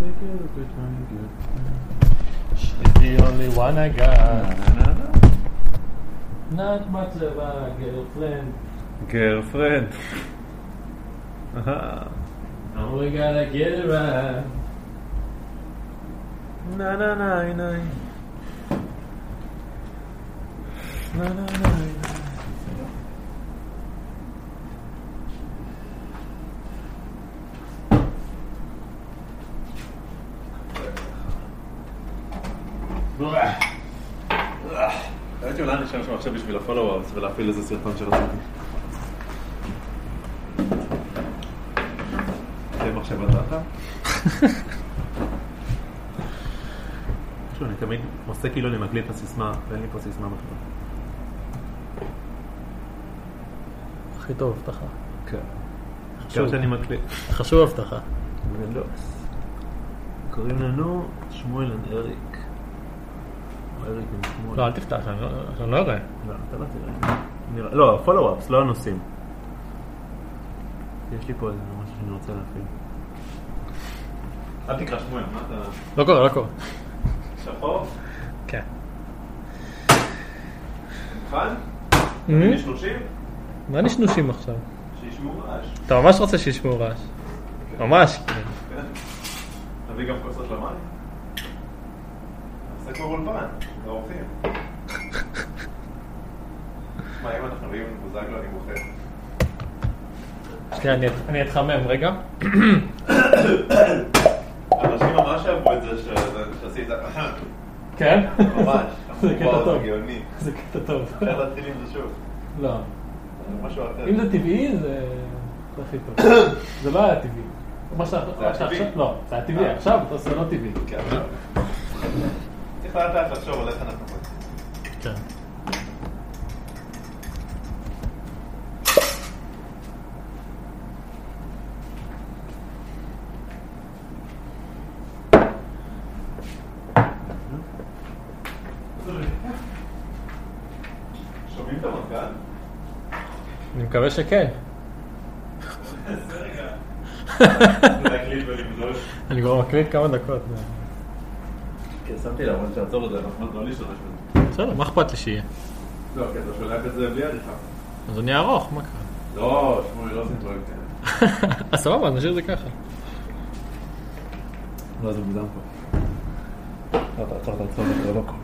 She's the only one I got. Not much of a girlfriend. Girlfriend. Now we gotta get it right. Na na na na. Na na na. הייתי אולי נשאר שם עכשיו בשביל הפולו-אפס ולהפעיל איזה סרטון שרציתי. זה מחשב הדאטה? אני תמיד עושה כאילו אני מקליט את הסיסמה ואין לי פה סיסמה בכלל. הכי טוב, הבטחה. כן. גם שאני מקליט. חשוב הבטחה. גדוס. קוראים לנו שמואל אריק. אריק עם שמואל. לא, אל תפתח, אני לא אראה. לא, אתה לא תראה. לא, פולו-אפס, לא הנושאים. יש לי פה איזה משהו שאני רוצה להפעיל. אל תקרא שמואל, מה אתה... לא קורה, לא קורה. שחור? כן. מוכן? אני 30? מה נשנושים עכשיו? שישמעו רעש. אתה ממש רוצה שישמעו רעש. ממש, כן. נביא גם כוסות למים? נעשה כבר אולפן, לאורחים. מה, אם אנחנו נביאים בוזגלו, אני מוכר. שנייה, אני אתחמם, רגע. אנשים ממש אהבו את זה שעשית... כן? ממש. זה קטע טוב. זה גאוני. זה קטע טוב. אפשר להתחיל עם זה שוב. לא. משהו אחר. אם זה טבעי, זה הכי טוב. זה לא היה טבעי. זה היה טבעי? לא, זה היה טבעי. עכשיו אתה עושה לא טבעי. כן, עכשיו. צריך לאט לחשוב על איך אנחנו רוצים. כן. שומעים את המנכ"ל? אני מקווה שכן. זה רגע. זה להקליט ולמזול. אני כבר מקליט כמה דקות. כן, שמתי לה, אבל שעצור את זה, אנחנו לא להשתמש בזה. בסדר, מה אכפת לי שיהיה? לא, כי אתה שולח את זה בלי עריכה. אז אני ארוך, מה קרה? לא, שמואל, לא עושים דברים כאלה. אז סבבה, נשאיר את זה ככה. לא, זה מוקדם פה. לא, תעצור, זה לא קורה.